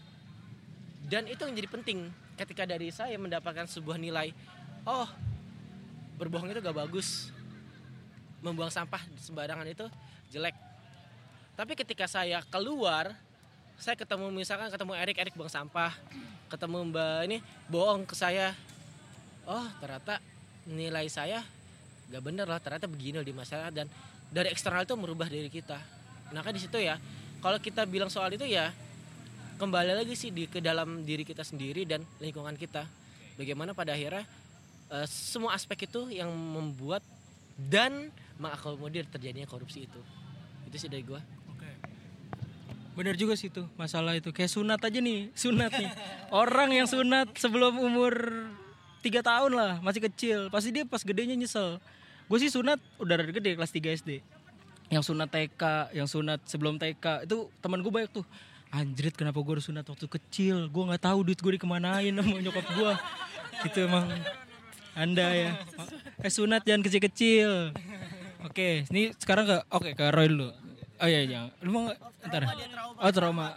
Dan itu yang jadi penting ketika dari saya mendapatkan sebuah nilai, oh berbohong itu gak bagus, membuang sampah sembarangan itu jelek. Tapi ketika saya keluar, saya ketemu misalkan ketemu Erik, Erik buang sampah, ketemu Mbak ini bohong ke saya, oh ternyata nilai saya gak bener lah, ternyata begini loh di masyarakat, dan dari eksternal itu merubah diri kita. Nah kan di situ ya, kalau kita bilang soal itu ya kembali lagi sih di ke dalam diri kita sendiri dan lingkungan kita. Bagaimana pada akhirnya Uh, semua aspek itu yang membuat dan mengakomodir terjadinya korupsi itu. Itu sih dari gue. Oke. Bener juga sih itu masalah itu. Kayak sunat aja nih, sunat nih. Orang yang sunat sebelum umur tiga tahun lah, masih kecil, pasti dia pas gedenya nyesel. Gue sih sunat udah dari gede, kelas tiga S D. Yang sunat T K, yang sunat sebelum T K, itu teman gue banyak tuh. Anjrit, kenapa gue harus sunat waktu kecil? Gue nggak tahu duit gue dikemanain sama nyokap gue. Gitu emang. Anda ya, eh sunat jangan kecil-kecil. Oke, ini sekarang ke, oke ke Roy dulu. Oh iya jangan, lu mau nggak? Ntar. Oh trauma.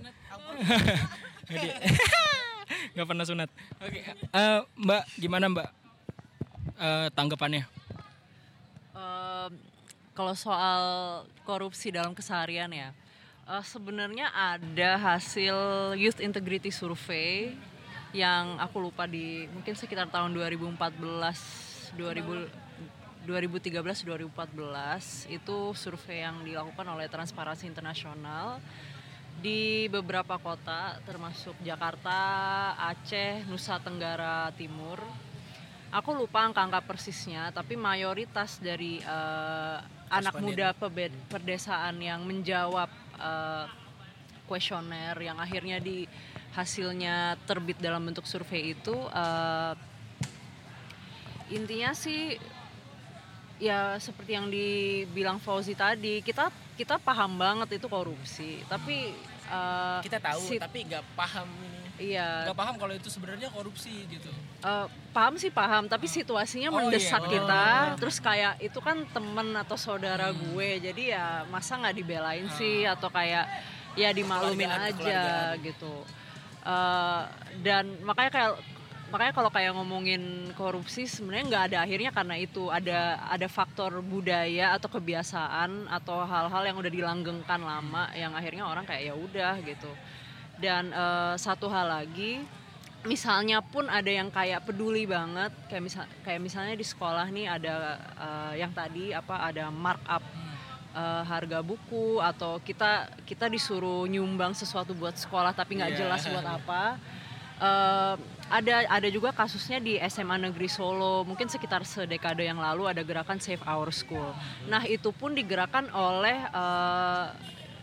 Nggak pernah sunat. Oke, uh, Mbak gimana Mbak uh, tanggapannya? Uh, kalau soal korupsi dalam keseharian ya, uh, sebenarnya ada hasil Youth Integrity Survey yang aku lupa di mungkin sekitar tahun dua ribu empat belas dua ribu dua ribu tiga belas dua ribu empat belas, itu survei yang dilakukan oleh Transparansi Internasional di beberapa kota termasuk Jakarta, Aceh, Nusa Tenggara Timur. Aku lupa angka-angka persisnya, tapi mayoritas dari uh, anak muda pebe- perdesaan yang menjawab uh, kuesioner yang akhirnya di hasilnya terbit dalam bentuk survei itu, uh, intinya sih ya seperti yang dibilang Fauzi tadi, kita kita paham banget itu korupsi, tapi uh, kita tahu si, tapi nggak paham ini. Iya. Gak paham kalau itu sebenarnya korupsi gitu. Uh, paham sih paham, tapi situasinya oh, mendesak iya. kita. Oh. Terus kayak itu kan temen atau saudara hmm. gue, jadi ya masa nggak dibelain hmm. sih, atau kayak ya dimaklumin aja gitu. Uh, dan makanya kayak makanya kalau kayak ngomongin korupsi sebenarnya nggak ada akhirnya karena itu ada ada faktor budaya atau kebiasaan atau hal-hal yang udah dilanggengkan lama yang akhirnya orang kayak ya udah gitu. Dan uh, satu hal lagi, misalnya pun ada yang kayak peduli banget, kayak misal kayak misalnya di sekolah nih ada uh, yang tadi apa ada markup uh, harga buku, atau kita kita disuruh nyumbang sesuatu buat sekolah tapi nggak yeah. jelas buat apa. Uh, ada ada juga kasusnya di S M A Negeri Solo, mungkin sekitar sedekade yang lalu ada gerakan Save Our School. Nah itu pun digerakkan oleh uh,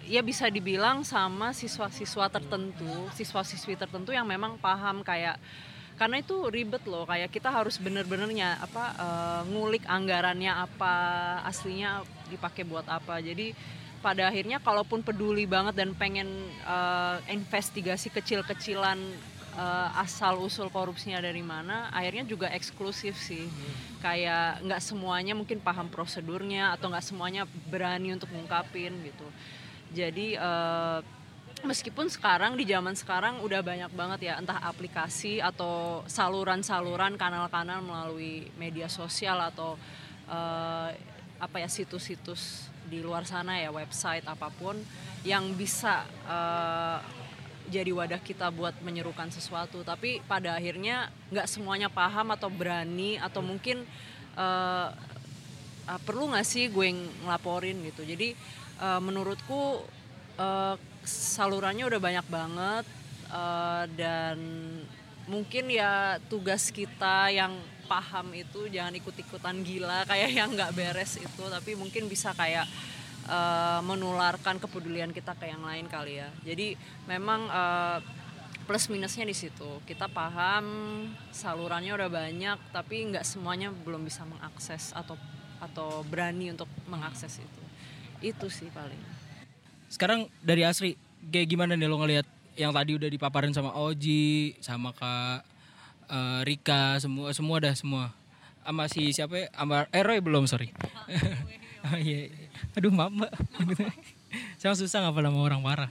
ya bisa dibilang sama siswa-siswa tertentu, siswa-siswi tertentu yang memang paham kayak karena itu ribet loh, kayak kita harus bener-benernya apa uh, ngulik anggarannya apa, aslinya dipakai buat apa. Jadi pada akhirnya kalaupun peduli banget dan pengen uh, investigasi kecil-kecilan uh, asal usul korupsinya dari mana, akhirnya juga eksklusif sih. Hmm. Kayak nggak semuanya mungkin paham prosedurnya atau nggak semuanya berani untuk ngungkapin gitu. Jadi uh, meskipun sekarang di zaman sekarang udah banyak banget ya entah aplikasi atau saluran-saluran kanal-kanal melalui media sosial atau uh, apa ya situs-situs di luar sana ya, website apapun yang bisa uh, jadi wadah kita buat menyerukan sesuatu, tapi pada akhirnya nggak semuanya paham atau berani atau mungkin uh, uh, perlu nggak sih gue ngelaporin gitu. Jadi uh, menurutku uh, salurannya udah banyak banget uh, dan mungkin ya tugas kita yang paham itu jangan ikut-ikutan gila kayak yang nggak beres itu, tapi mungkin bisa kayak Uh, menularkan kepedulian kita ke yang lain kali ya. Jadi memang uh, plus minusnya di situ. Kita paham salurannya udah banyak, tapi nggak semuanya belum bisa mengakses atau atau berani untuk mengakses itu. Itu sih paling. Sekarang dari Asri, kayak gimana nih lo ngelihat yang tadi udah dipaparin sama Oji, sama Kak uh, Rika, semua semua dah semua. Sama si siapa ya? Amar eh Roy belum, sorry. Oh, iya. Aduh maaf mbak. Saya susah ngapa nama orang parah.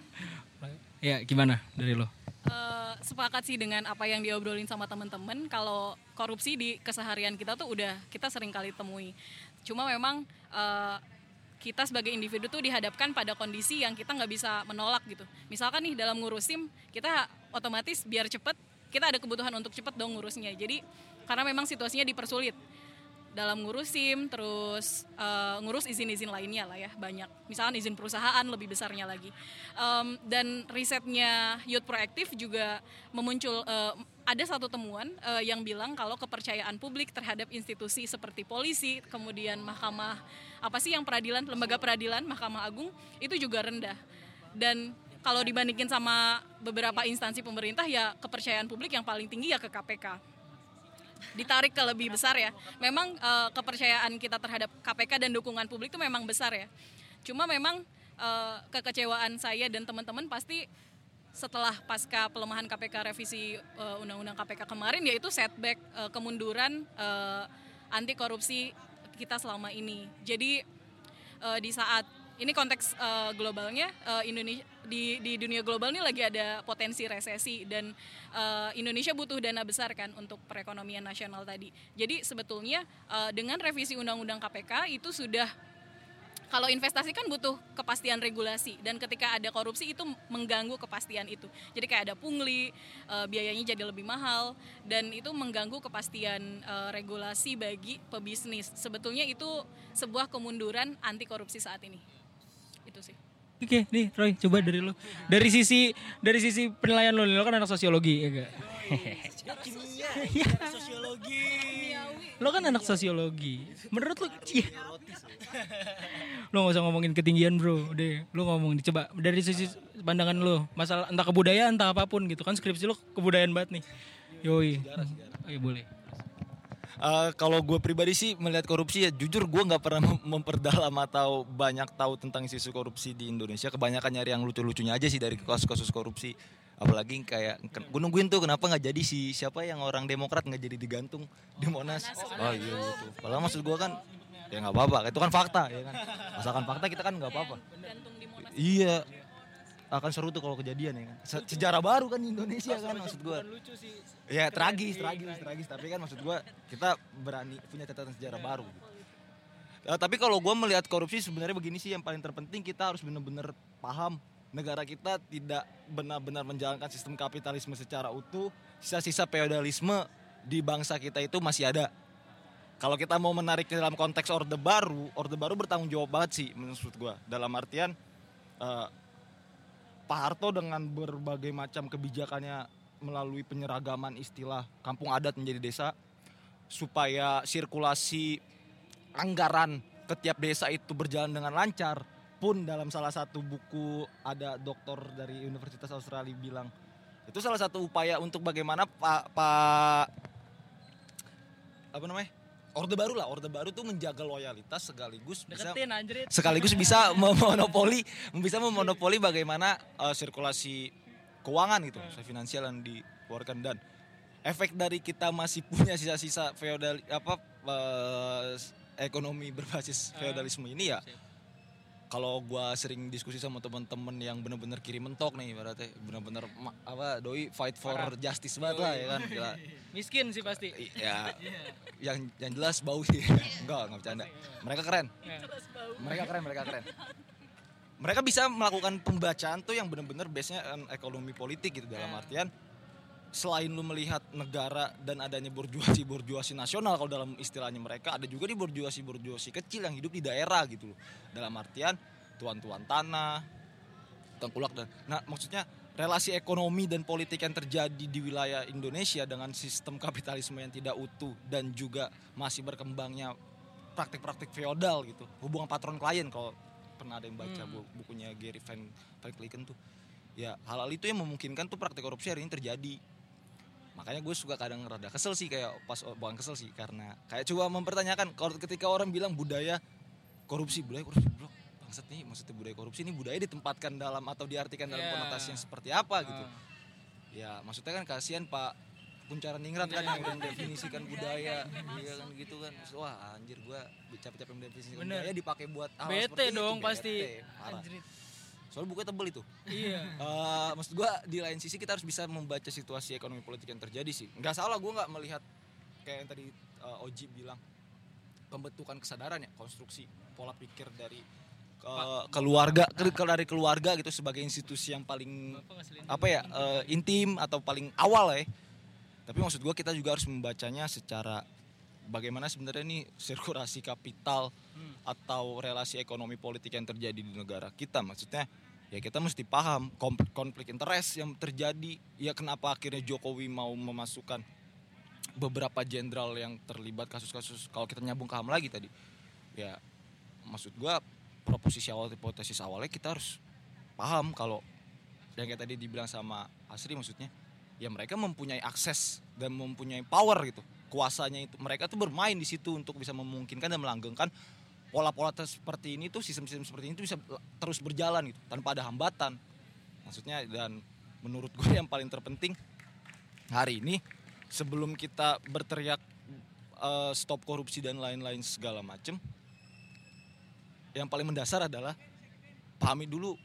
Ya gimana dari lo? Uh, sepakat sih dengan apa yang diobrolin sama teman-teman. Kalau korupsi di keseharian kita tuh udah kita sering kali temui. Cuma memang uh, kita sebagai individu tuh dihadapkan pada kondisi yang kita nggak bisa menolak gitu. Misalkan nih dalam ngurus SIM kita otomatis biar cepet kita ada kebutuhan untuk cepet dong ngurusnya. Jadi karena memang situasinya dipersulit dalam ngurus SIM, terus uh, ngurus izin-izin lainnya lah ya, banyak. Misalkan izin perusahaan lebih besarnya lagi. Um, dan risetnya Youth Proactive juga memuncul, uh, ada satu temuan uh, yang bilang kalau kepercayaan publik terhadap institusi seperti polisi, kemudian mahkamah, apa sih yang peradilan, lembaga peradilan, Mahkamah Agung, itu juga rendah. Dan kalau dibandingin sama beberapa instansi pemerintah, ya kepercayaan publik yang paling tinggi ya ke K P K. Ditarik ke lebih besar ya. Memang uh, kepercayaan kita terhadap K P K dan dukungan publik itu memang besar ya. Cuma memang uh, kekecewaan saya dan teman-teman pasti setelah pasca pelemahan K P K revisi uh, Undang-Undang K P K kemarin, yaitu setback, uh, kemunduran uh, anti korupsi kita selama ini. Jadi uh, di saat ini konteks uh, globalnya, uh, Indonesia di di dunia global ini lagi ada potensi resesi dan uh, Indonesia butuh dana besar kan untuk perekonomian nasional tadi. Jadi sebetulnya uh, dengan revisi Undang-Undang K P K itu sudah, kalau investasi kan butuh kepastian regulasi, dan ketika ada korupsi itu mengganggu kepastian itu. Jadi kayak ada pungli, uh, biayanya jadi lebih mahal, dan itu mengganggu kepastian uh, regulasi bagi pebisnis. Sebetulnya itu sebuah kemunduran anti korupsi saat ini. Itu sih. Oke, nih Roy, coba dari lo. Dari sisi dari sisi penilaian lo, lo kan anak sosiologi ya enggak? Kimia, sosiologi. Lo kan anak sosiologi. Menurut lo, iya. Lo gak usah ngomongin ketinggian bro, deh. Lo ngomong, coba dari sisi pandangan lo, masalah entah kebudayaan, entah apapun gitu kan, skripsi lo kebudayaan banget nih. Yoi. Oh, iya, boleh. Uh, kalau gue pribadi sih melihat korupsi ya jujur gue nggak pernah mem- memperdalam atau banyak tahu tentang isu korupsi di Indonesia. Kebanyakan nyari yang lucu-lucunya aja sih dari kasus-kasus korupsi. Apalagi kayak gue nungguin tuh kenapa nggak jadi si siapa yang orang Demokrat nggak jadi digantung di Monas. Oh iya gitu. Padahal maksud gue kan ya nggak apa-apa. Itu kan fakta ya kan. Asalkan fakta kita kan nggak apa-apa. Iya. Akan seru tuh kalau kejadian ya kan. Se- sejarah baru kan di Indonesia kan maksud gue. Ya tragis, tragis, tragis. Tapi kan maksud gue kita berani punya catatan sejarah baru. Uh, tapi kalau gue melihat korupsi sebenarnya begini sih, yang paling terpenting kita harus benar-benar paham negara kita tidak benar-benar menjalankan sistem kapitalisme secara utuh. Sisa-sisa feodalisme di bangsa kita itu masih ada. Kalau kita mau menarik ke dalam konteks Orde Baru, Orde Baru bertanggung jawab banget sih menurut gue. Dalam artian uh, Pak Harto dengan berbagai macam kebijakannya melalui penyeragaman istilah kampung adat menjadi desa, supaya sirkulasi anggaran ke tiap desa itu berjalan dengan lancar, pun dalam salah satu buku ada doktor dari Universitas Australia bilang itu salah satu upaya untuk bagaimana Pak Pak apa namanya Orde Baru lah, Orde Baru tuh menjaga loyalitas sekaligus bisa Deketin anjrit. sekaligus bisa memonopoli bisa memonopoli bagaimana uh, sirkulasi keuangan gitu, hmm. finansial yang dikeluarkan dan efek dari kita masih punya sisa-sisa feodal apa uh, ekonomi berbasis feodalisme ini ya. Kalau gua sering diskusi sama teman-teman yang benar-benar kiri mentok nih, berarti benar-benar apa doi fight for Parah. justice banget lah ya kan. Gila. Miskin sih pasti. Ya. yang yang jelas bau sih. Enggak, enggak bercanda. Mereka keren. Mereka keren, mereka keren. Mereka bisa melakukan pembacaan tuh yang benar-benar base-nya ekonomi politik gitu dalam artian selain lu melihat negara dan adanya borjuasi-borjuasi nasional kalau dalam istilahnya mereka, ada juga di borjuasi-borjuasi kecil yang hidup di daerah gitu loh. Dalam artian tuan-tuan tanah, tengkulak dan nah maksudnya relasi ekonomi dan politik yang terjadi di wilayah Indonesia dengan sistem kapitalisme yang tidak utuh dan juga masih berkembangnya praktik-praktik feodal gitu. Hubungan patron klien kalau pernah ada yang baca hmm. bukunya Gary Van Veldhoven tuh. Ya, hal-hal itu yang memungkinkan tuh praktik korupsi hari ini terjadi. Makanya gue suka kadang rada kesel sih kayak pas bukan kesel sih karena kayak coba mempertanyakan kalau ketika orang bilang budaya korupsi budaya korupsi bro bangsat nih maksudnya budaya korupsi ini budaya ditempatkan dalam atau diartikan dalam yeah. konotasi yang seperti apa gitu. Uh. Ya maksudnya kan kasihan Pak Kunchara Ningrat kan yang udah mendefinisikan budaya iya kan gitu kan. Wah anjir gue capek-capek mendefinisikan budaya dipakai buat hal bete seperti dong itu. pasti. Anjir. Soalnya bukunya tebel itu. Iya. uh, maksud gue di lain sisi kita harus bisa membaca situasi ekonomi politik yang terjadi sih. Nggak salah gue nggak melihat kayak yang tadi uh, Oji bilang pembentukan kesadaran ya, konstruksi pola pikir dari uh, keluarga ke, dari keluarga gitu sebagai institusi yang paling apa ya uh, intim atau paling awal ya. Tapi maksud gue kita juga harus membacanya secara bagaimana sebenarnya ini sirkulasi kapital hmm. atau relasi ekonomi politik yang terjadi di negara kita. Maksudnya ya kita mesti paham konflik interest yang terjadi. Ya kenapa akhirnya Jokowi mau memasukkan beberapa jenderal yang terlibat kasus-kasus kalau kita nyambung ke H A M lagi tadi. Ya maksud gue proposisi awal hipotesis awalnya kita harus paham kalau yang kayak tadi dibilang sama Asri maksudnya ya mereka mempunyai akses dan mempunyai power gitu. Kuasanya itu mereka tuh bermain di situ untuk bisa memungkinkan dan melanggengkan pola-pola seperti ini tuh sistem-sistem seperti ini tuh bisa terus berjalan gitu tanpa ada hambatan maksudnya. Dan menurut gue yang paling terpenting hari ini sebelum kita berteriak uh, stop korupsi dan lain-lain segala macem, yang paling mendasar adalah pahami dulu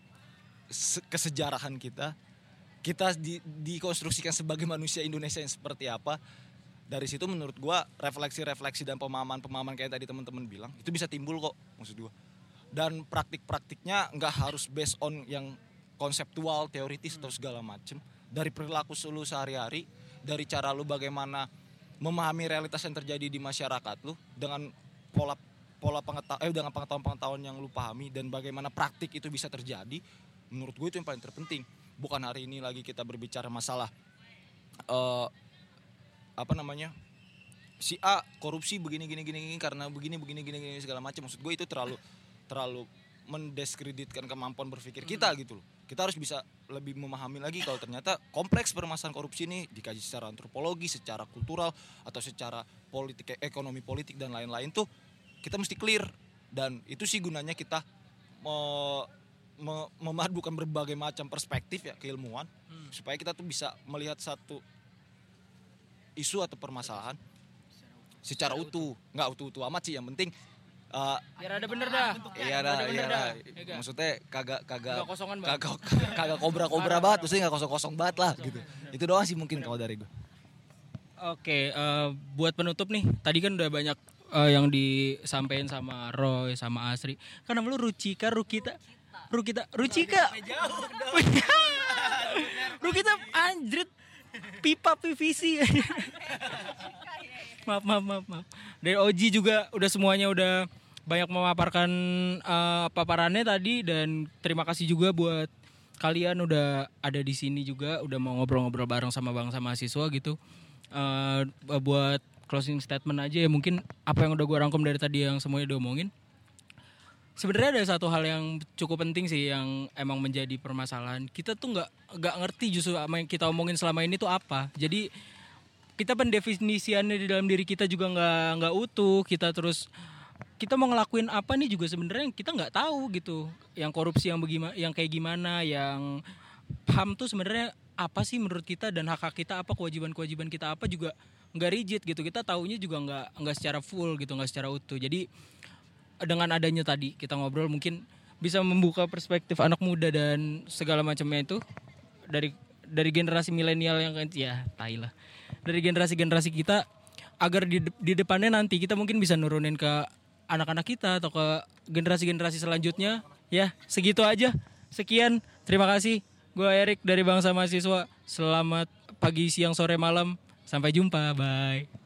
kesejarahan kita kita di, dikonstruksikan sebagai manusia Indonesia yang seperti apa. Dari situ menurut gue refleksi-refleksi dan pemahaman-pemahaman kayak tadi teman-teman bilang itu bisa timbul kok maksud gue. Dan praktik-praktiknya nggak harus based on yang konseptual, teoritis atau segala macem. Dari perilaku lu sehari-hari, dari cara lu bagaimana memahami realitas yang terjadi di masyarakat lu dengan pola pola pengetahuan eh dengan pengetahuan-pengetahuan yang lu pahami dan bagaimana praktik itu bisa terjadi. Menurut gue itu yang paling terpenting. Bukan hari ini lagi kita berbicara masalah uh, apa namanya si A korupsi begini gini gini gini karena begini begini gini gini segala macam. Maksud gue itu terlalu terlalu mendiskreditkan kemampuan berpikir kita hmm. gitu loh. Kita harus bisa lebih memahami lagi kalau ternyata kompleks permasalahan korupsi ini dikaji secara antropologi, secara kultural atau secara politik, ekonomi politik dan lain-lain tuh kita mesti clear. Dan itu sih gunanya kita me- me- memadukan berbagai macam perspektif ya keilmuan hmm. supaya kita tuh bisa melihat satu isu atau permasalahan secara utuh, nggak utuh-utuh amat sih, yang penting uh, biar ada bener dah. Iya dah, iya dah. Maksudnya kagak kagak kagak kosongan banget. Kagak kagak kobra-kobra banget, maksudnya nggak kosong-kosong banget lah gitu. Itu doang sih mungkin kalau dari gue. Oke, uh, buat penutup nih, tadi kan udah banyak uh, yang disampaikan sama Roy, sama Asri. Kan nama lu Rucika, Rukita, Rukita, Rucika. Rukita anjrit. Pipa P V C. maaf, maaf, maaf, maaf. Dari Oji juga udah semuanya udah banyak memaparkan uh, paparannya tadi, dan terima kasih juga buat kalian udah ada di sini juga, udah mau ngobrol-ngobrol bareng sama bangsa mahasiswa gitu. Uh, buat closing statement aja ya, mungkin apa yang udah gue rangkum dari tadi yang semuanya udah omongin. sebenarnya ada satu hal yang cukup penting sih yang emang menjadi permasalahan. Kita tuh nggak nggak ngerti justru apa yang kita omongin selama ini tuh apa. Jadi kita pendefinisiannya di dalam diri kita juga nggak nggak utuh. Kita terus kita mau ngelakuin apa nih juga sebenarnya kita nggak tahu gitu. Yang korupsi yang bagaimana, yang kayak gimana, yang H A M tuh sebenarnya apa sih menurut kita dan hak hak kita apa, kewajiban-kewajiban kita apa juga nggak rigid gitu. Kita taunya juga nggak nggak secara full gitu, nggak secara utuh. Jadi dengan adanya tadi kita ngobrol mungkin bisa membuka perspektif anak muda dan segala macamnya itu dari dari generasi milenial yang ya tai lah. Dari generasi-generasi kita agar di, di depannya nanti kita mungkin bisa nurunin ke anak-anak kita atau ke generasi-generasi selanjutnya. Ya, segitu aja. Sekian, terima kasih. Gue Erik dari Bangsa Mahasiswa. Selamat pagi, siang, sore, malam. Sampai jumpa, bye.